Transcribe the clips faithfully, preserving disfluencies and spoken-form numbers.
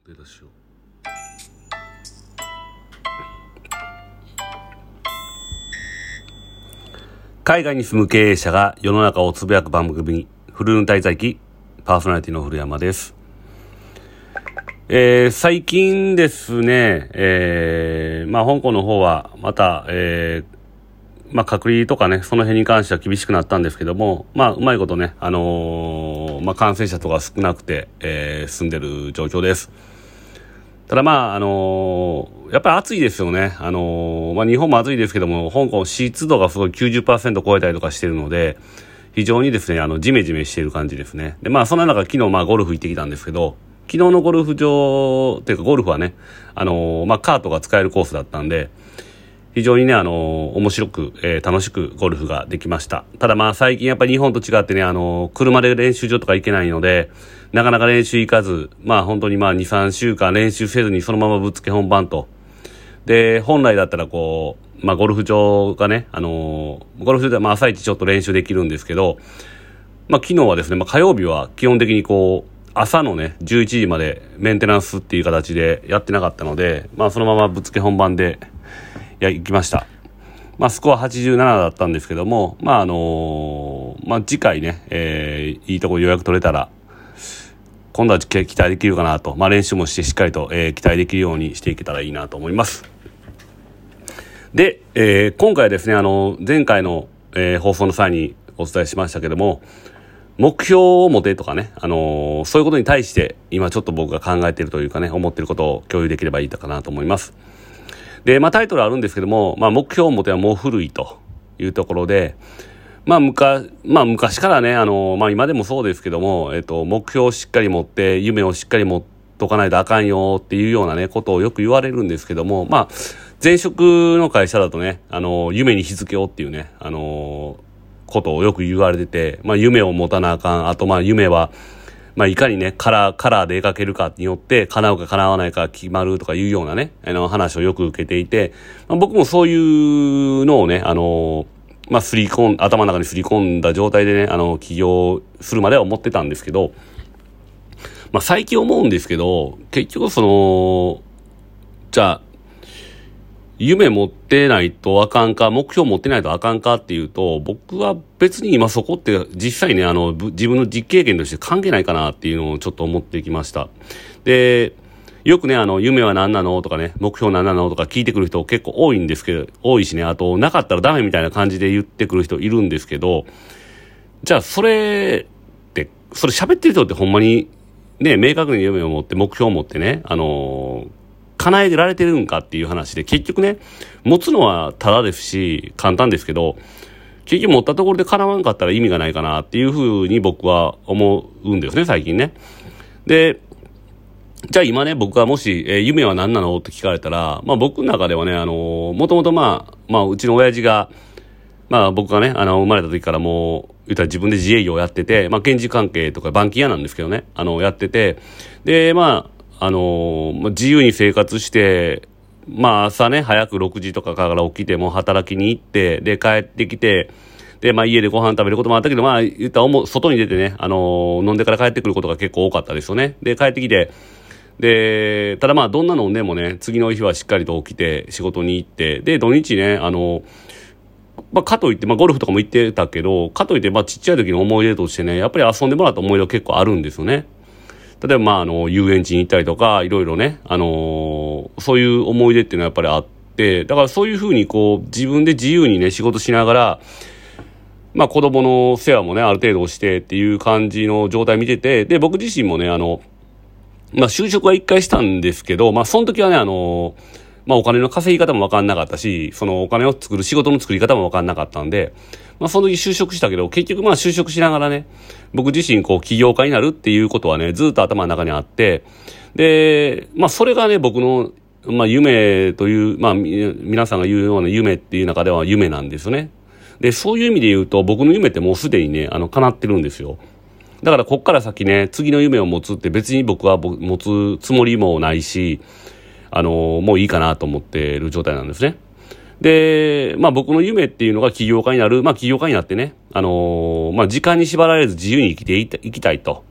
出だしを海外に住む経営者が世の中をつぶやく番組フルーン滞在記、パーソナリティの古山です。えー、最近ですね、えー、まあ香港の方はまた、えーまあ隔離とかね、その辺に関しては厳しくなったんですけども、まあうまいことね、あのー、まあ感染者とか少なくて、えー、住んでる状況です。ただまああのー、やっぱり暑いですよね。あのー、まあ日本も暑いですけども、香港湿度がすごい きゅうじゅっパーセント 超えたりとかしてるので、非常にですね、あのジメジメしている感じですね。でまあそんな中昨日まあゴルフ行ってきたんですけど、昨日のゴルフ場っていうかゴルフはね、あのー、まあカートが使えるコースだったんで、非常にね、あのー、面白く、えー、楽しくゴルフができました。ただまあ最近やっぱり日本と違ってね、あのー、車で練習場とか行けないので、なかなか練習行かず、まあ本当にまあに、さんしゅうかん練習せずにそのままぶっつけ本番と。で、本来だったらこう、まあゴルフ場がね、あのー、ゴルフ場でまあ朝一ちょっと練習できるんですけど、まあ昨日はですね、まあ火曜日は基本的にこう、朝のね、じゅういちじまでメンテナンスっていう形でやってなかったので、まあそのままぶっつけ本番で、いや行きました。まあスコアはちじゅうななだったんですけども、まああのー、まあ次回ね、えー、いいとこ予約取れたら今度は期待できるかなと、まあ練習もしてしっかりと、えー、期待できるようにしていけたらいいなと思います。で、えー、今回ですね、あの前回の、えー、放送の際にお伝えしましたけども、目標を持てとかね、あのー、そういうことに対して今ちょっと僕が考えているというかね、思っていることを共有できればいいかなと思います。で、まあタイトルあるんですけども、まあ目標を持てはもう古いというところで、まあ昔、まあ昔からね、あの、まあ今でもそうですけども、えっと、目標をしっかり持って、夢をしっかり持っとかないとあかんよっていうようなね、ことをよく言われるんですけども、まあ、前職の会社だとね、あの、夢に日付をっていうね、あの、ことをよく言われてて、まあ夢を持たなあかん。あとまあ夢は、まあ、いかにね、カラー、カラーで描けるかによって、叶うか叶わないか決まるとかいうようなね、あの話をよく受けていて、まあ、僕もそういうのをね、あの、まあ、すり込ん、頭の中にすり込んだ状態でね、あの、起業するまでは思ってたんですけど、まあ、最近思うんですけど、結局その、じゃあ、夢持ってないとあかんか、目標持ってないとあかんかっていうと、僕は別に今そこって実際ね、あの、自分の実経験として関係ないかなっていうのをちょっと思ってきました。で、よくね、あの、夢は何なのとかね、目標何なのとか聞いてくる人結構多いんですけど、多いしね、あと、なかったらダメみたいな感じで言ってくる人いるんですけど、じゃあそれって、それ喋ってる人ってほんまにね、明確に夢を持って目標を持ってね、あのー、叶えられてるんかっていう話で、結局ね、持つのはただですし簡単ですけど、結局持ったところで叶わんかったら意味がないかなっていうふうに僕は思うんですね、最近ね。で、じゃあ今ね、僕はもし、えー、夢は何なのって聞かれたら、まあ僕の中ではね、あのー、もともとまあ、まあうちの親父が、まあ僕がね、あの、生まれた時からもう、言ったら自分で自営業をやってて、まあ建築関係とか板金屋なんですけどね、あの、やってて、で、まあ、あのー、自由に生活して、まあ朝ね、早くろくじとかから起きても働きに行って、で、帰ってきて、で、まあ家でご飯食べることもあったけど、まあ言ったら外に出てね、あのー、飲んでから帰ってくることが結構多かったですよね。で、帰ってきて、で、ただまあどんな飲んでもね、次の日はしっかりと起きて仕事に行って、で、土日ね、あのー、まあ、かといって、まあ、ゴルフとかも行ってたけど、かといって、まあ、ちっちゃい時の思い出としてね、やっぱり遊んでもらった思い出は結構あるんですよね。例えば、まあ、あの、遊園地に行ったりとか、いろいろね、あのー、そういう思い出っていうのはやっぱりあって、だからそういうふうにこう、自分で自由にね、仕事しながら、まあ、子供の世話もね、ある程度してっていう感じの状態見てて、で、僕自身もね、あの、まあ、就職は一回したんですけど、まあ、その時はね、あのー、まあお金の稼ぎ方も分かんなかったし、そのお金を作る仕事の作り方も分かんなかったんで、まあその時就職したけど、結局まあ就職しながらね、僕自身こう起業家になるっていうことはね、ずっと頭の中にあって、で、まあそれがね、僕の、まあ夢という、まあ皆さんが言うような夢っていう中では夢なんですよね。で、そういう意味で言うと、僕の夢ってもうすでにね、あの、叶ってるんですよ。だからこっから先ね、次の夢を持つって別に僕は持つつもりもないし、あのもういいかなと思っている状態なんですね。で、まあ僕の夢っていうのが起業家になる、まあ起業家になってね、あのまあ時間に縛られず自由に生きていきたいと。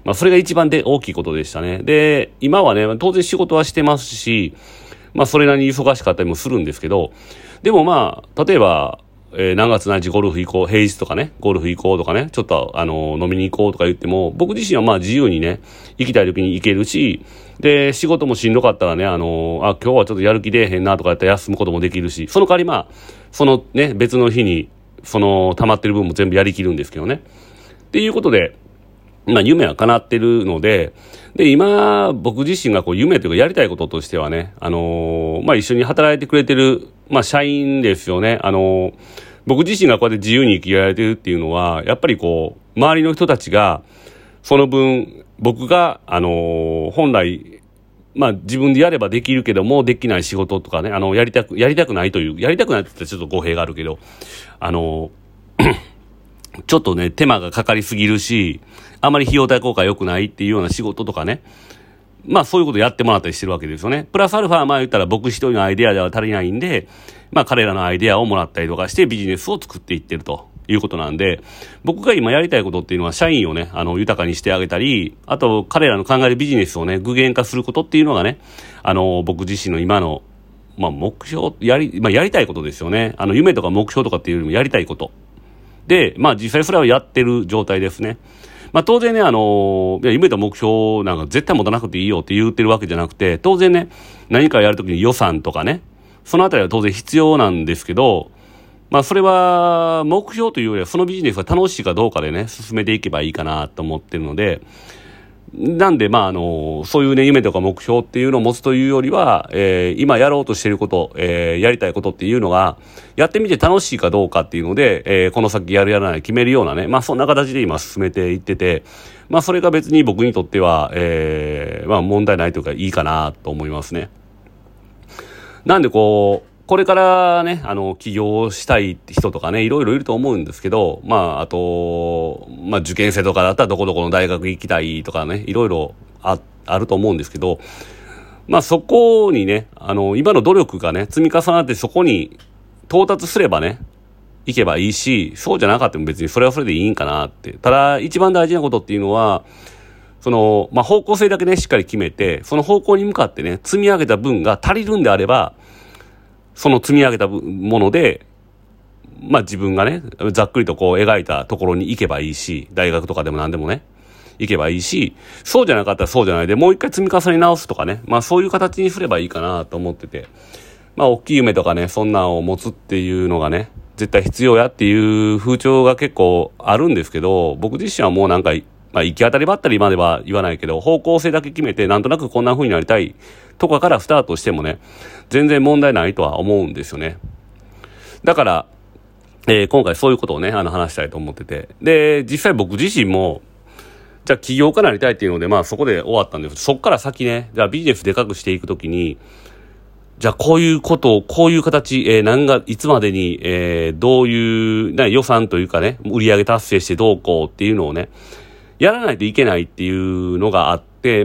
まあ、それが一番で大きいことでしたね。で、今はね、当然仕事はしてますし、まあ、それなりに忙しかったりもするんですけど、でもまあ、例えば、えー、何月何日ゴルフ行こう、平日とかね、ゴルフ行こうとかね、ちょっとあの、飲みに行こうとか言っても、僕自身はまあ自由にね、行きたい時に行けるし、で、仕事もしんどかったらね、あの、あ、今日はちょっとやる気出えへんなとかやったら休むこともできるし、その代わりまあ、そのね、別の日に、その溜まってる分も全部やりきるんですけどね。っていうことで、まあ夢は叶ってるので、で、今、僕自身がこう夢というかやりたいこととしてはね、あのー、まあ一緒に働いてくれてる、まあ社員ですよね。あのー、僕自身がこうやって自由に生きられてるっていうのは、やっぱりこう、周りの人たちが、その分、僕が、あのー、本来、まあ自分でやればできるけども、できない仕事とかね、あの、やりたく、やりたくないという、やりたくないって言ったらちょっと語弊があるけど、あのー、ちょっとね、手間がかかりすぎるし、あまり費用対効果良くないっていうような仕事とかね。まあそういうことやってもらったりしてるわけですよね。プラスアルファ、まあ言ったら僕一人のアイデアでは足りないんで、まあ彼らのアイデアをもらったりとかしてビジネスを作っていってるということなんで、僕が今やりたいことっていうのは社員をね、あの、豊かにしてあげたり、あと彼らの考えるビジネスをね、具現化することっていうのがね、あの、僕自身の今の、まあ目標、やり、まあやりたいことですよね。あの、夢とか目標とかっていうよりもやりたいこと。で、まあ実際それをやってる状態ですね。まあ当然ね、あの、いや夢と目標なんか絶対持たなくていいよって言ってるわけじゃなくて、当然ね、何かやるときに予算とかね、そのあたりは当然必要なんですけど、まあそれは目標というよりはそのビジネスが楽しいかどうかでね、進めていけばいいかなと思ってるので、なんでまああの、そういうね、夢とか目標っていうのを持つというよりは、えー、今やろうとしていること、えー、やりたいことっていうのが、やってみて楽しいかどうかっていうので、えー、この先やるやらない決めるようなね、まあそんな形で今進めていってて、まあそれが別に僕にとっては、えー、まあ問題ないというかいいかなと思いますね。なんでこう、これからね、あの、起業したい人とかね、いろいろいると思うんですけど、まあ、あと、まあ、受験生とかだったらどこどこの大学行きたいとかね、いろいろあ、あると思うんですけど、まあ、そこにね、あの、今の努力がね、積み重なってそこに到達すればね、行けばいいし、そうじゃなかったも別にそれはそれでいいんかなって。ただ、一番大事なことっていうのは、その、まあ、方向性だけね、しっかり決めて、その方向に向かってね、積み上げた分が足りるんであれば、その積み上げたもので、まあ自分がね、ざっくりとこう描いたところに行けばいいし、大学とかでも何でもね、行けばいいし、そうじゃなかったらそうじゃないで、もう一回積み重ね直すとかね、まあそういう形にすればいいかなと思ってて、まあ大きい夢とかね、そんなんを持つっていうのがね、絶対必要やっていう風潮が結構あるんですけど、僕自身はもうなんか、まあ行き当たりばったりまでは言わないけど、方向性だけ決めて、なんとなくこんな風になりたいとかからスタートしてもね、全然問題ないとは思うんですよね。だから、えー、今回そういうことをね、あの話したいと思ってて。で、実際僕自身も、じゃあ起業家になりたいっていうので、まあそこで終わったんです。そっから先ね、じゃあビジネスでかくしていくときに、じゃあこういうことを、こういう形、えー、何が、いつまでに、えー、どういう、な予算というかね、売上達成してどうこうっていうのをね、やらないといけないっていうのがあって、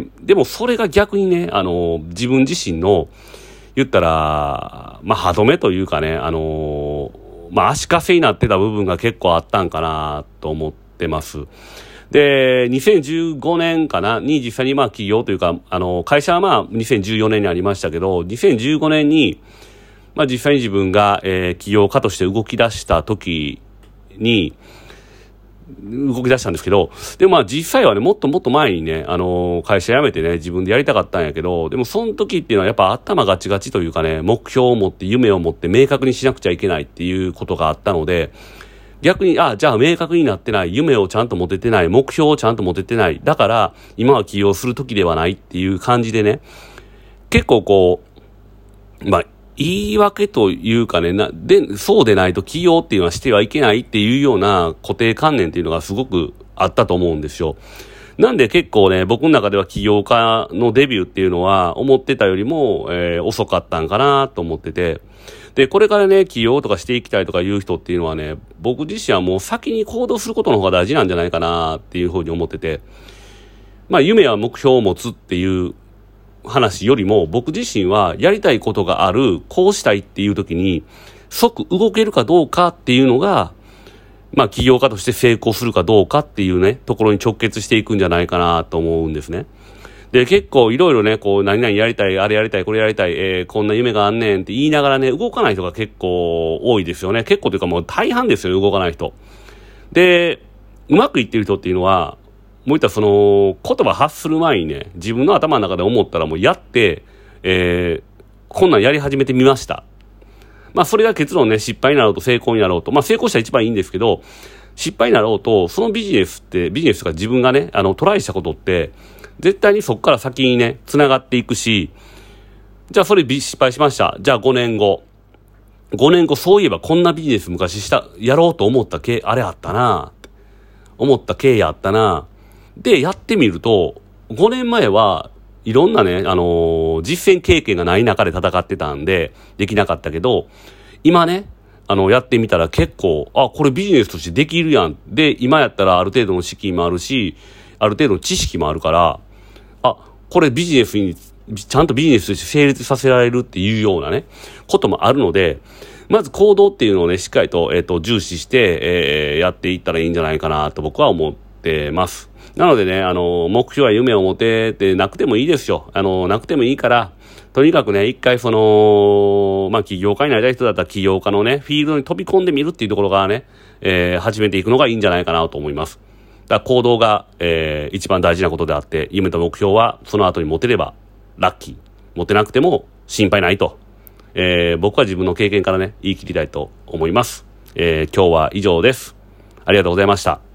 でもそれが逆にね、あの、自分自身の、言ったら、まあ、歯止めというかね、あの、まあ、足かせになってた部分が結構あったんかなと思ってます。で、にせんじゅうごねんかなに実際にまあ起業というか、あの、会社はまあにせんじゅうよねんにありましたけど、にせんじゅうごねんに、まあ実際に自分が、えー、起業家として動き出した時に、動き出したんですけど、でもまあ実際はね、もっともっと前にね、あのー、会社辞めてね、自分でやりたかったんやけど、でもその時っていうのはやっぱ頭ガチガチというかね、目標を持って夢を持って明確にしなくちゃいけないっていうことがあったので、逆に、あ、じゃあ明確になってない、夢をちゃんと持ててない、目標をちゃんと持ててない、だから今は起業する時ではないっていう感じでね、結構こう、まあ、言い訳というかね、な、で、そうでないと起業っていうのはしてはいけないっていうような固定観念っていうのがすごくあったと思うんですよ。なんで結構ね、僕の中では起業家のデビューっていうのは思ってたよりも、えー、遅かったんかなと思ってて、で、これからね、起業とかしていきたいとかいう人っていうのはね、僕自身はもう先に行動することの方が大事なんじゃないかなっていうふうに思ってて、まあ夢や目標を持つっていう話よりも、僕自身はやりたいことがある、こうしたいっていう時に即動けるかどうかっていうのがまあ起業家として成功するかどうかっていうね、ところに直結していくんじゃないかなと思うんですね。で、結構いろいろね、こう、何々やりたい、あれやりたい、これやりたい、えー、こんな夢があんねんって言いながらね、動かない人が結構多いですよね。結構というかもう大半ですよね、動かない人。で、うまくいってる人っていうのは、もういったその、言葉発する前にね、自分の頭の中で思ったらもうやって、えー、こんなんやり始めてみました。まあそれが結論ね、失敗になろうと成功になろうと、まあ成功したら一番いいんですけど、失敗になろうと、そのビジネスって、ビジネスとか自分がね、あの、トライしたことって、絶対にそこから先にね、繋がっていくし、じゃあそれ失敗しました。じゃあごねんご。ごねんご、そういえばこんなビジネス昔した、やろうと思った経、あれあったな思った経緯あったなで、やってみると、ごねんまえはいろんなね、あのー、実践経験がない中で戦ってたんで、できなかったけど、今ね、あの、やってみたら結構、あ、これビジネスとしてできるやん。で、今やったらある程度の資金もあるし、ある程度の知識もあるから、あ、これビジネスに、ちゃんとビジネスとして成立させられるっていうようなね、こともあるので、まず行動っていうのをね、しっかりと、えっと、重視して、えー、やっていったらいいんじゃないかなと僕は思ってます。なのでね、あの、目標や夢を持てってなくてもいいですよ。あの、なくてもいいから、とにかくね、一回その、まあ、起業家になりたい人だったら起業家のね、フィールドに飛び込んでみるっていうところからね、えー、始めていくのがいいんじゃないかなと思います。だから行動が、えー、一番大事なことであって、夢と目標はその後に持てればラッキー。持てなくても心配ないと。えー、僕は自分の経験からね、言い切りたいと思います。えー、今日は以上です。ありがとうございました。